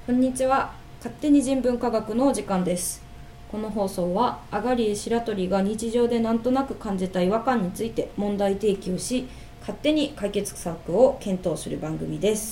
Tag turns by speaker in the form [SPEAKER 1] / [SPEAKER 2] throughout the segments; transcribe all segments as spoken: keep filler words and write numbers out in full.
[SPEAKER 1] こんにちは。勝手に人文科学のお時間です。この放送はアガリエ白鳥が日常でなんとなく感じた違和感について問題提起をし、勝手に解決策を検討する番組です。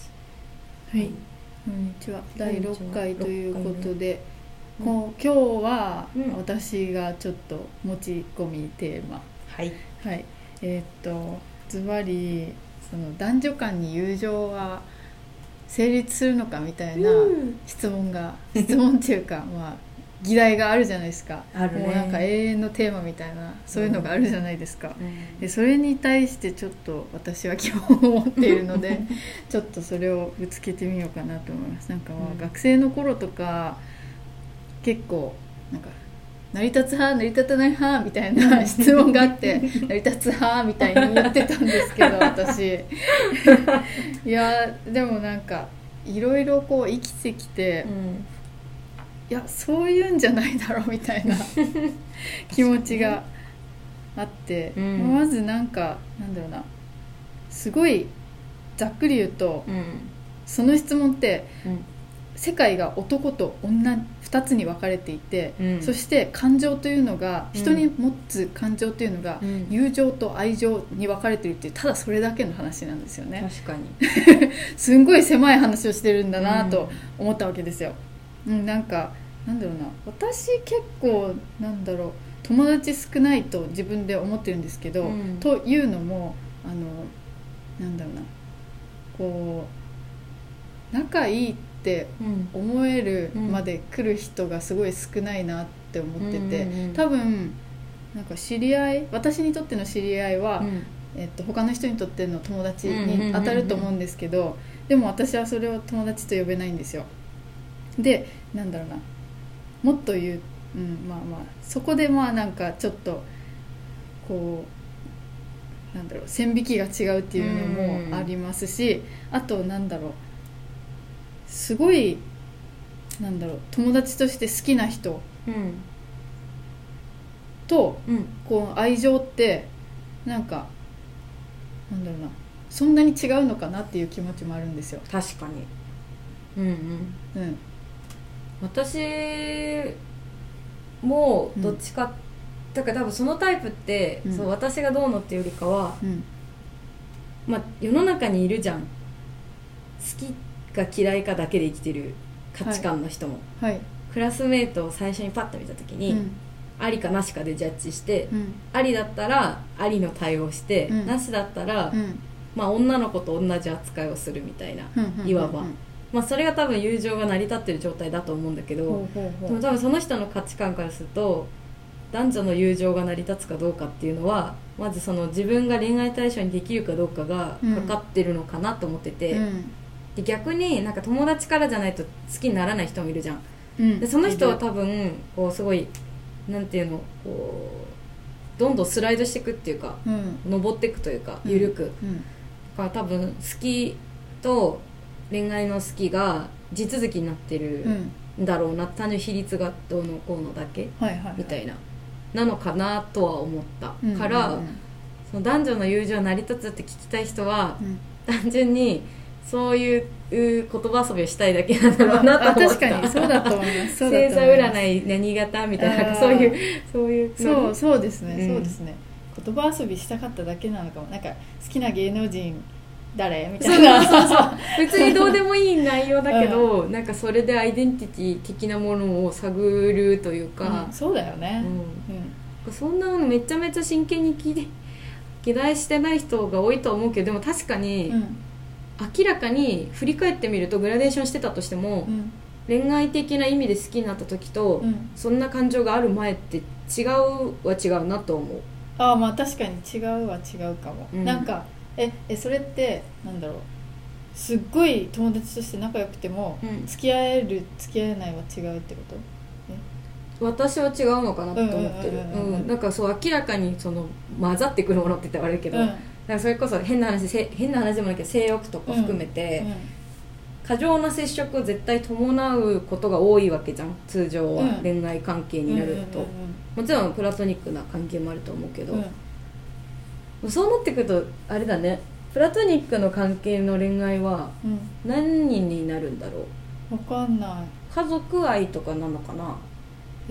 [SPEAKER 2] はい、こんにちは。だいろっかいということで、
[SPEAKER 1] うん、
[SPEAKER 2] こう今日は私がちょっと持ち込みテーマ、
[SPEAKER 1] はい
[SPEAKER 2] はい、えー、っとズバリその男女間に友情は成立するのかみたいな質問が、うん、質問っていうかまあ議題があるじゃないですか。
[SPEAKER 1] あるね。
[SPEAKER 2] もうなんか永遠のテーマみたいなそういうのがあるじゃないですか、うん、でそれに対してちょっと私は疑問を持っているのでちょっとそれをぶつけてみようかなと思います。なんかまあ学生の頃とか結構なんか成り立つ派成り立たない派みたいな質問があって成り立つ派みたいに言ってたんですけど私いやでもなんかいろいろこう生きてきて、うん、いやそういうんじゃないだろうみたいな気持ちがあって、うん、まずなんかなんだろうなすごいざっくり言うと、うん、その質問って、うん世界が男と女ふたつに分かれていて、うん、そして感情というのが、うん、人に持つ感情というのが、うん、友情と愛情に分かれているっていうただそれだけの話なんですよね。
[SPEAKER 1] 確かに
[SPEAKER 2] すんごい狭い話をしてるんだなと思ったわけですよ、うん、なんかなんだろうな私結構なんだろう友達少ないと自分で思ってるんですけど、うん、というのもあのなんだろうなこう仲いいってって思えるまで来る人がすごい少ないなって思ってて、多分なんか知り合い私にとっての知り合いは、うんえっと、他の人にとっての友達に当たると思うんですけど、でも私はそれを友達と呼べないんですよ。でなんだろうなもっと言う、うん、まあまあそこでまあなんかちょっとこうなんだろう線引きが違うっていうのもありますし、あとなんだろうすごいなんだろう友達として好きな人と、うん、こう愛情ってなんかなんだろうなそんなに違うのかなっていう気持ちもあるんですよ。
[SPEAKER 1] 確かにうんうん、うん、私もどっちか、うん、だから多分そのタイプって、うん、そう私がどうのっていうよりかは、うんまあ、世の中にいるじゃん好きが嫌いかだけで生きてる価値観の人も、はいはい、クラスメートを最初にパッと見た時に、うん、ありかなしかでジャッジして、うん、ありだったらありの対応して、うん、なしだったら、うんまあ、女の子と同じ扱いをするみたいな、いわば、まあ、それが多分友情が成り立ってる状態だと思うんだけど、ほうほうほうでも多分その人の価値観からすると男女の友情が成り立つかどうかっていうのはまずその自分が恋愛対象にできるかどうかがかかってるのかなと思ってて、うんで逆になんか友達からじゃないと好きにならない人もいるじゃん、うん、でその人は多分こうすごいなんていうのこうどんどんスライドしていくっていうか、うん、登っていくというか緩く、うんうん、だから多分好きと恋愛の好きが地続きになってるんだろうな、単純に比率がどうのこうのだけ、はいはいはい、みたいななのかなとは思ったから、うんうんうん、その男女の友情成り立つって聞きたい人は、うん、単純にそういう言葉遊びをしたいだけなんだろうなと思った。
[SPEAKER 2] 確かにそうだと思います。
[SPEAKER 1] 星座占い何型みたいな、なんかそういうそういう
[SPEAKER 2] そうそうですね、うん、そうですね。言葉遊びしたかっただけなのかも。なんか好きな芸能人誰みたいな。
[SPEAKER 1] そうそうそう別にどうでもいい内容だけど、うん、なんかそれでアイデンティティ的なものを探るというか、
[SPEAKER 2] うん、そうだよね。
[SPEAKER 1] うんうん、そんなのめちゃめちゃ真剣に聞いて議題してない人が多いと思うけど、でも確かに。うん明らかに振り返ってみるとグラデーションしてたとしても、うん、恋愛的な意味で好きになった時と、うん、そんな感情がある前って違うは違うなと思う。
[SPEAKER 2] ああまあ確かに違うは違うかも、うん、なんかええそれってなんだろうすっごい友達として仲良くても、うん、付き合える付き合えないは違うってこと？
[SPEAKER 1] 私は違うのかなと思ってる。なんかそう明らかにその混ざってくるものって言ったら悪いけど、うんなんかそれこそ変な話変な話でもないけど性欲とか含めて、うんうん、過剰な接触を絶対伴うことが多いわけじゃん通常は、うん、恋愛関係になると、うんうんうんうん、もちろんプラトニックな関係もあると思うけど、うん、そうなってくるとあれだねプラトニックの関係の恋愛は何人になるんだろう、
[SPEAKER 2] わかんない。
[SPEAKER 1] 家族愛とかなのかな。
[SPEAKER 2] へ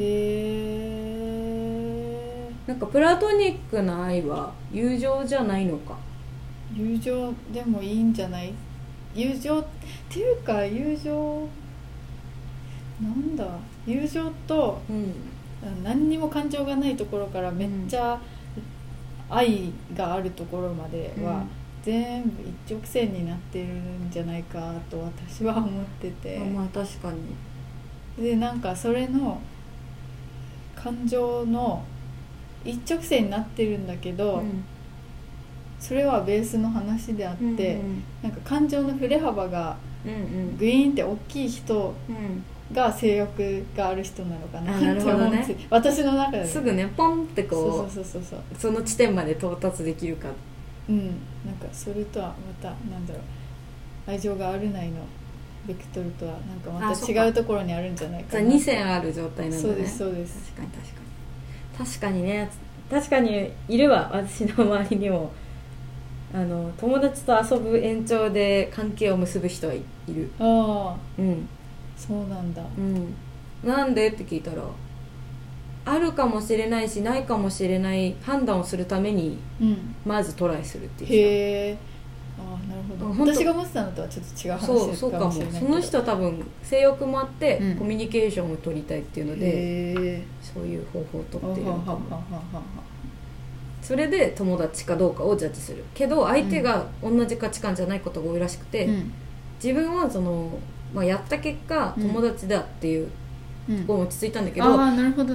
[SPEAKER 2] え。
[SPEAKER 1] なんかプラトニックな愛は友情じゃないのか。
[SPEAKER 2] 友情でもいいんじゃない。友情っていうか、友情なんだ、友情と、うん、何にも感情がないところからめっちゃ愛があるところまでは、うん、全部一直線になってるんじゃないかと私は思ってて。
[SPEAKER 1] あ、まあ確かに。
[SPEAKER 2] でなんかそれの感情の一直線になってるんだけど、うん、それはベースの話であって、うんうん、なんか感情の振れ幅がグイーンって大きい人が性欲がある人なのかなって思うんです、ね、私の中で、ね、
[SPEAKER 1] すぐねポンってこ
[SPEAKER 2] うそうそうそうそう
[SPEAKER 1] その地点まで到達できるか、
[SPEAKER 2] うん、なんかそれとはまたなんだろう、愛情があるないのベクトルとはなんかまた違うところにあるんじゃないかな。
[SPEAKER 1] に線ある状態なんだね。
[SPEAKER 2] そうですそうです。
[SPEAKER 1] 確かに確かに確かにね、確かにいるわ、私の周りにも。あの友達と遊ぶ延長で関係を結ぶ人はいる。
[SPEAKER 2] ああ、
[SPEAKER 1] うん、
[SPEAKER 2] そうなんだ、
[SPEAKER 1] うん、なんでって聞いたら、あるかもしれないしないかもしれない判断をするために、うん、まずトライするっていう人。
[SPEAKER 2] へえ、ああ、なるほど。私が思ってたのとはちょっと違う話かもしれないけど。そう、そうかも。
[SPEAKER 1] その人は多分性欲もあって、うん、コミュニケーションを取りたいっていうので、そういう方法を取っているのかも。それで友達かどうかをジャッジするけど、相手が同じ価値観じゃないことが多いらしくて、うん、自分はその、まあ、やった結果友達だっていうところも落ち着いたんだけど、うん、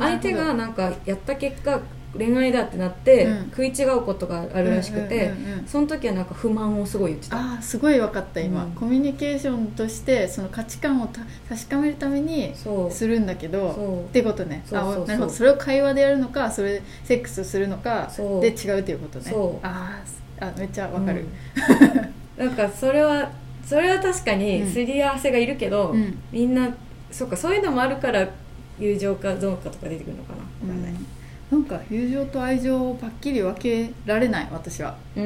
[SPEAKER 1] 相手がなんかやった結果恋愛だってなって、うん、食い違うことがあるらしくて、うんうんうんうん、その時はなんか不満をすごい言ってた。
[SPEAKER 2] あ、すごい分かった今、うん、コミュニケーションとしてその価値観を確かめるためにするんだけどってことね。そうそうそう、あ、なるほど。それを会話でやるのか、それセックスするのかで違うっていうことね。そう、ああ、めっちゃ分かる、
[SPEAKER 1] うん、なんかそれはそれは確かにすり合わせがいるけど、うん、みんなそうか、そういうのもあるから友情かどうかとか出てくるのかな、分かんない、
[SPEAKER 2] うん、なんか友情と愛情をパッキリ分けられない私は。
[SPEAKER 1] うん、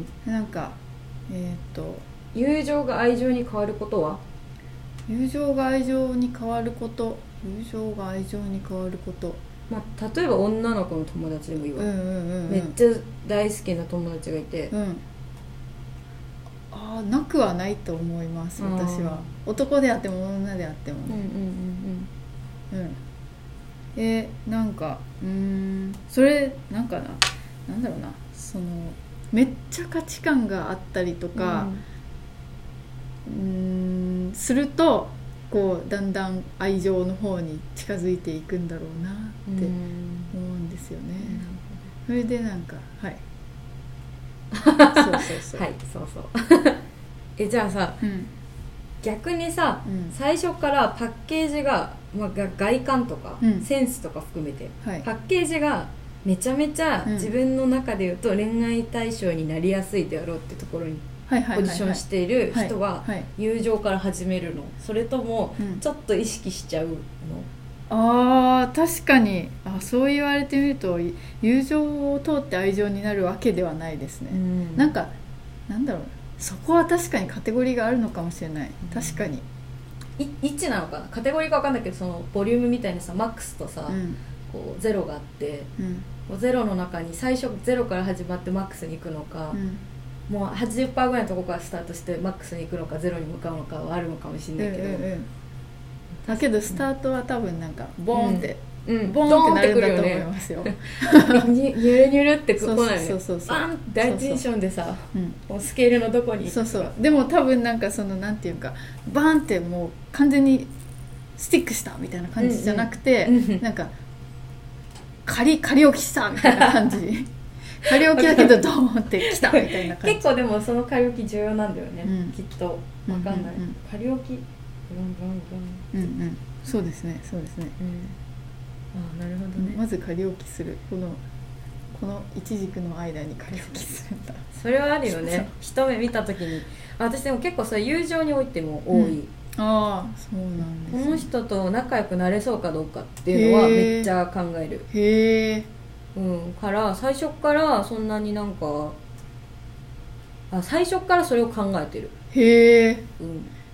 [SPEAKER 2] なんかえっと
[SPEAKER 1] 友情が愛情に変わることは、
[SPEAKER 2] 友情が愛情に変わること友情が愛情に変わること、
[SPEAKER 1] まあ、例えば女の子の友達でもいいわ、
[SPEAKER 2] うんうんうんうん、
[SPEAKER 1] めっちゃ大好きな友達がいて、
[SPEAKER 2] うん、あ、なくはないと思います私は。男であっても女であってもね、うんうんうんうん、うん、えー、なんかうーんそれなんかな、なんだろうな、そのめっちゃ価値観があったりとか、うん、うーんするとこうだんだん愛情の方に近づいていくんだろうなって思うんですよね、うん、それでなんかはいそうそうそう
[SPEAKER 1] はいそうそうえ、じゃあさ、うん、逆にさ、うん、最初からパッケージが、まあ、外観とか、うん、センスとか含めて、はい、パッケージがめちゃめちゃ自分の中で言うと恋愛対象になりやすいであろうってところにポジションしている人は友情から始めるの、それともちょっと意識しちゃうの、
[SPEAKER 2] うん、あー確かに、あ、そう言われてみると友情を通って愛情になるわけではないですね、うん、なんかなんだろう、そこは確かにカテゴリーがあるのかもしれない、確かに
[SPEAKER 1] い位置なのかな、カテゴリーか分かんないけど、そのボリュームみたいにさ、マックスとさ、うん、こうゼロがあって、うん、もうゼロの中に最初ゼロから始まってマックスに行くのか、うん、もう はちじゅっパーセント ぐらいのところからスタートしてマックスに行くのかゼロに向かうのかはあるのかもしれないけど、うんうんうん、
[SPEAKER 2] だけどスタートは多分なんかボーンって、うんうん、ボーンってなるんだと思いますよ、
[SPEAKER 1] ニュルニュルってここなのよ、バンって第一印象でさ、もうスケールのどこに、
[SPEAKER 2] そうそう、でも多分なんかそのなんていうかバーンってもう完全にスティックしたみたいな感じじゃなくて、うんうん、なんか仮仮置きしたみたいな感じ仮置きだけどドーンってきたみたいな感じ
[SPEAKER 1] 結構でもその仮置き重要なんだよね、うん、きっと分かんない、うんうんうん、仮置きブンブン
[SPEAKER 2] ブン、うんうん、そうですねそうですね、
[SPEAKER 1] うん、ああなるほどね、
[SPEAKER 2] まず仮置きする、このこの一軸の間に仮置きするんだ
[SPEAKER 1] それはあるよね一目見た時に、私でも結構それ友情においても多い、うん、
[SPEAKER 2] ああそうなんです、ね、
[SPEAKER 1] この人と仲良くなれそうかどうかっていうのはめっちゃ考える。
[SPEAKER 2] へえ、
[SPEAKER 1] うん、から最初からそんなになんかあ最初からそれを考えてる。
[SPEAKER 2] へえ、
[SPEAKER 1] うん、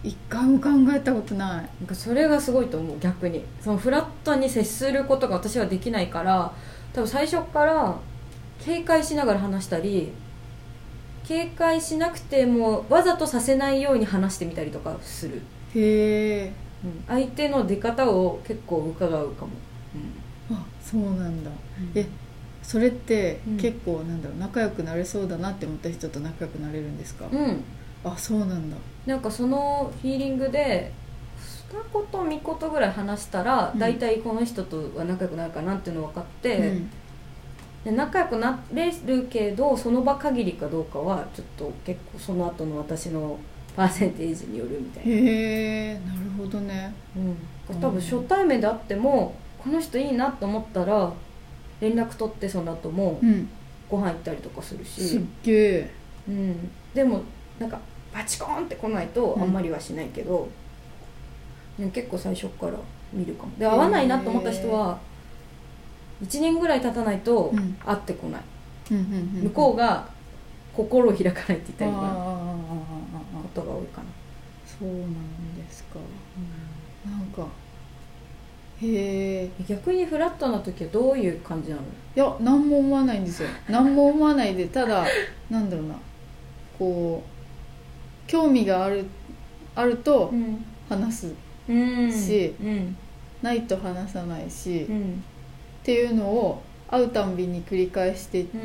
[SPEAKER 2] 一回も考えたことない。
[SPEAKER 1] なんかそれがすごいと思う。逆にそのフラットに接することが私はできないから、多分最初から警戒しながら話したり、警戒しなくてもわざとさせないように話してみたりとかする。
[SPEAKER 2] へえ、
[SPEAKER 1] うん、相手の出方を結構伺うかも、
[SPEAKER 2] うん、あ、そうなんだ、うん、えそれって結構なんだろう、仲良くなれそうだなって思った人と仲良くなれるんですか？
[SPEAKER 1] うん、
[SPEAKER 2] あ、そうなんだ。
[SPEAKER 1] なんかそのフィーリングで二言三言ぐらい話したら、うん、大体この人とは仲良くなるかなっていうの分かって、うん、で仲良くなれるけどその場限りかどうかはちょっと結構その後の私のパーセンテージによるみたいな。
[SPEAKER 2] へえ、なるほどね、
[SPEAKER 1] うん、多分初対面であってもこの人いいなと思ったら連絡取ってその後もご飯行ったりとかするし、うん、
[SPEAKER 2] すっげえ、
[SPEAKER 1] うん、でもなんかバチコーンって来ないとあんまりはしないけど、うん、結構最初から見るかも。で合わないなと思った人はいちねんぐらい経たないと会ってこない、うん、向こうが心を開かないって言ったりとかことが多いかな。
[SPEAKER 2] そうなんですか、うん、なんかへえ。
[SPEAKER 1] 逆にフラットな時はどういう感じなの？
[SPEAKER 2] いや、何も思わないんですよ。何も思わないで、ただなんだろうな、こう興味があるあると話すし、うんうん、ないと話さないし、うん、っていうのを会うたんびに繰り返していって、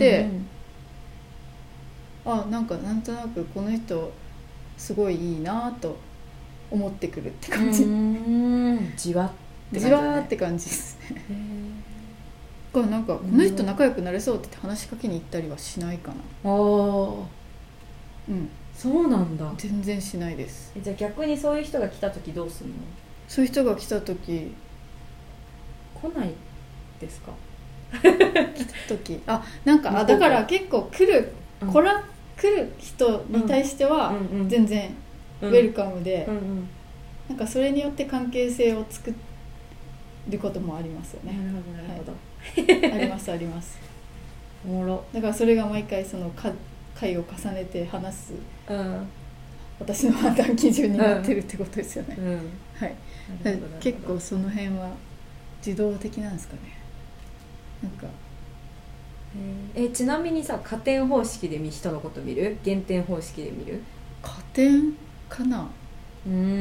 [SPEAKER 2] うんうん、あ、なんかなんとなくこの人すごいいいなと思ってくるって感じ。う
[SPEAKER 1] ーん、じわって感じだね。
[SPEAKER 2] じわーって感じですね。へー、なんかこの人仲良くなれそうって言って話しかけに行ったりはしないかな。
[SPEAKER 1] ああ、うん、そうなんだ。
[SPEAKER 2] 全然しないです。
[SPEAKER 1] じゃあ逆にそういう人が来た時どうするの？
[SPEAKER 2] そういう人が来た時
[SPEAKER 1] 来ないですか？
[SPEAKER 2] 来た時、あ、なんかあだから結構来る、うん、来ら来る人に対しては全然ウェルカムで、うんうんうん、なんかそれによって関係性を作ることもありますよね。
[SPEAKER 1] なるほどなるほど、
[SPEAKER 2] はい、ありますあります。
[SPEAKER 1] おもろ。
[SPEAKER 2] だからそれが毎回その回を重ねて話す、うん、私の判断基準になってるってことですよね、うんうん、はい。結構その辺は自動的なんですかね。なんか
[SPEAKER 1] えちなみにさ、加点方式で人のこと見る？減点方式で見る？
[SPEAKER 2] 加点かな。
[SPEAKER 1] うんうんうん、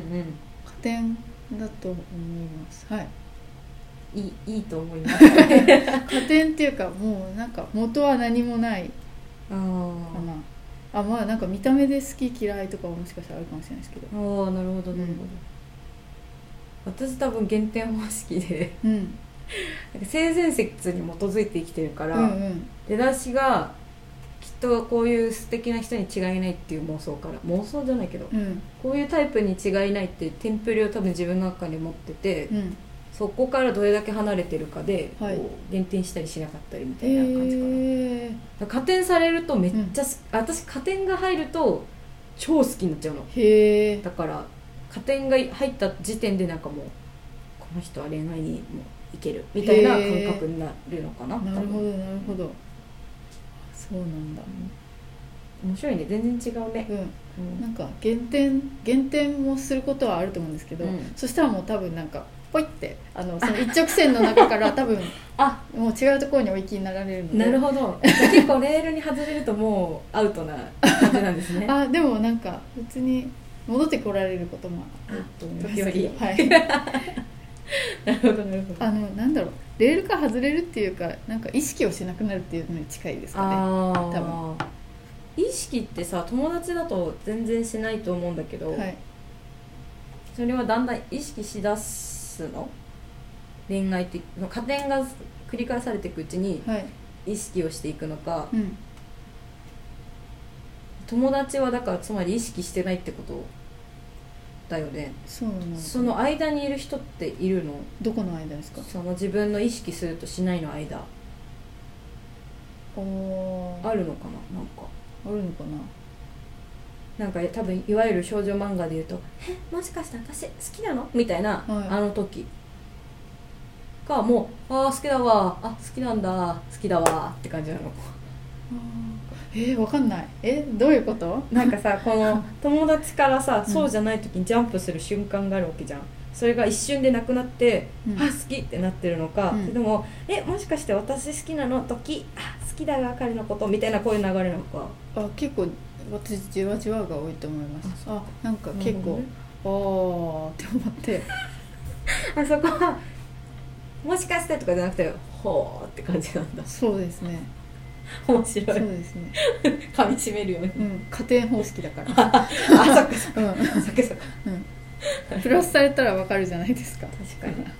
[SPEAKER 2] 加点だと思います。はい、
[SPEAKER 1] いい、いいと思います
[SPEAKER 2] 加点っていうかもうなんか元は何もないかなあ。あ、まあなんか見た目で好き嫌いとかはもしかしたらあるかもしれないですけど。
[SPEAKER 1] ああ、なるほどなるほど、うん、私多分減点方式で、うん、なんか性善説に基づいて生きてるから、うんうん、出だしがきっとこういう素敵な人に違いないっていう妄想から、妄想じゃないけど、うん、こういうタイプに違いないっていうテンプレを多分自分の中に持ってて、うん、そこからどれだけ離れてるかで、はい、こう減点したりしなかったりみたいな感じかな、えー、加点されるとめっちゃ、うん、私加点が入ると超好きになっちゃうの。へー。だから加点が入った時点でなんかもうこの人は恋愛にもいけるみたいな感覚になるのかな。
[SPEAKER 2] なるほどなるほど、そうなんだ、
[SPEAKER 1] うん、面白いね。全然違うね、
[SPEAKER 2] うんうん、なんか減点減点もすることはあると思うんですけど、うん、そしたらもう多分なんかポイってあのその一直線の中から多分あもう違うところにお行きになられるので。
[SPEAKER 1] なるほど結構レールに外れるともうアウトな感じなんですね
[SPEAKER 2] あ、でもなんか別に戻ってこられることもあると思いますけど、時折、はい、
[SPEAKER 1] なるほどなるほど。
[SPEAKER 2] あのなんだろう、レールから外れるっていうかなんか意識をしなくなるっていうのに近いですかね。あ多分
[SPEAKER 1] 意識ってさ友達だと全然しないと思うんだけど、はい、それはだんだん意識しだすの？恋愛って加点が繰り返されていくうちに意識をしていくのか、はいうん、友達はだからつまり意識してないってことだよね。
[SPEAKER 2] そうなの。
[SPEAKER 1] その間にいる人っているの？
[SPEAKER 2] どこの間ですか？
[SPEAKER 1] その自分の意識するとしないの間あるのかな。なんか
[SPEAKER 2] あるのか
[SPEAKER 1] な。なんか多分いわゆる少女漫画で言うとえもしかして私好きなのみたいな、はい、あの時かもうあ好きだわあ好きなんだ好きだわって感じなの。
[SPEAKER 2] えー、わかんない。えどういうこと？
[SPEAKER 1] なんかさこの友達からさそうじゃない時にジャンプする瞬間があるわけじゃん。それが一瞬でなくなって、うん、あ好きってなってるのか、うん、でもえもしかして私好きなの時あ好きだよあかりのことみたいなこういう流れなのか。
[SPEAKER 2] あ結構私じわじわが多いと思います。あなんか結構、ね、あーって思って
[SPEAKER 1] あそこはもしかしてとかじゃなくてほーって感じなんだ。
[SPEAKER 2] そうですね
[SPEAKER 1] 面白い。そう
[SPEAKER 2] ですね
[SPEAKER 1] 噛み締めるよね、
[SPEAKER 2] うん、家庭方式だから
[SPEAKER 1] あそっかそっか、うん、そっかそっか、
[SPEAKER 2] うん、プラスされたらわかるじゃないですか。
[SPEAKER 1] 確かに確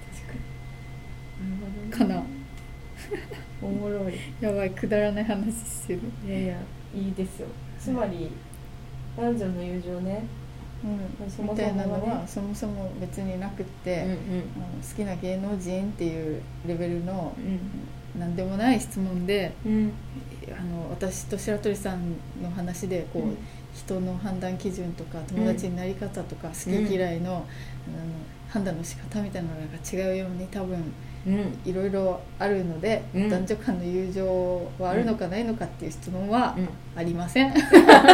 [SPEAKER 2] かにかな
[SPEAKER 1] おもろい。
[SPEAKER 2] やばいくだらない話してる。
[SPEAKER 1] いやいやいいですよ。つまり、うん、男女の友情ね、
[SPEAKER 2] うん、そもそもね、みたいなのはそもそも別になくって、うんうん、あの好きな芸能人っていうレベルの、うん、なんでもない質問で、うん、あの私と白鳥さんの話でこう、うん、人の判断基準とか友達になり方とか、うん、好き嫌いの、うん、あの判断の仕方みたいなのが違うように多分いろいろあるので、うん、男女間の友情はあるのかないのかっていう質問はありません、うん、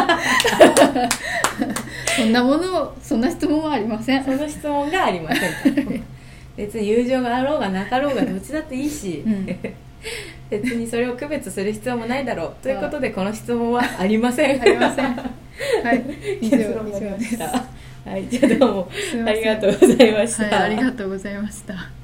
[SPEAKER 2] そんなものそんな質問はありません。
[SPEAKER 1] その質問がありません別に友情があろうがなかろうがどっちだっていいし、うん、別にそれを区別する必要もないだろうということでこの質問はありません
[SPEAKER 2] ありませんはい以上
[SPEAKER 1] 以上でした。はい、じゃあどうもありがとうございました。
[SPEAKER 2] はい、ありがとうございました。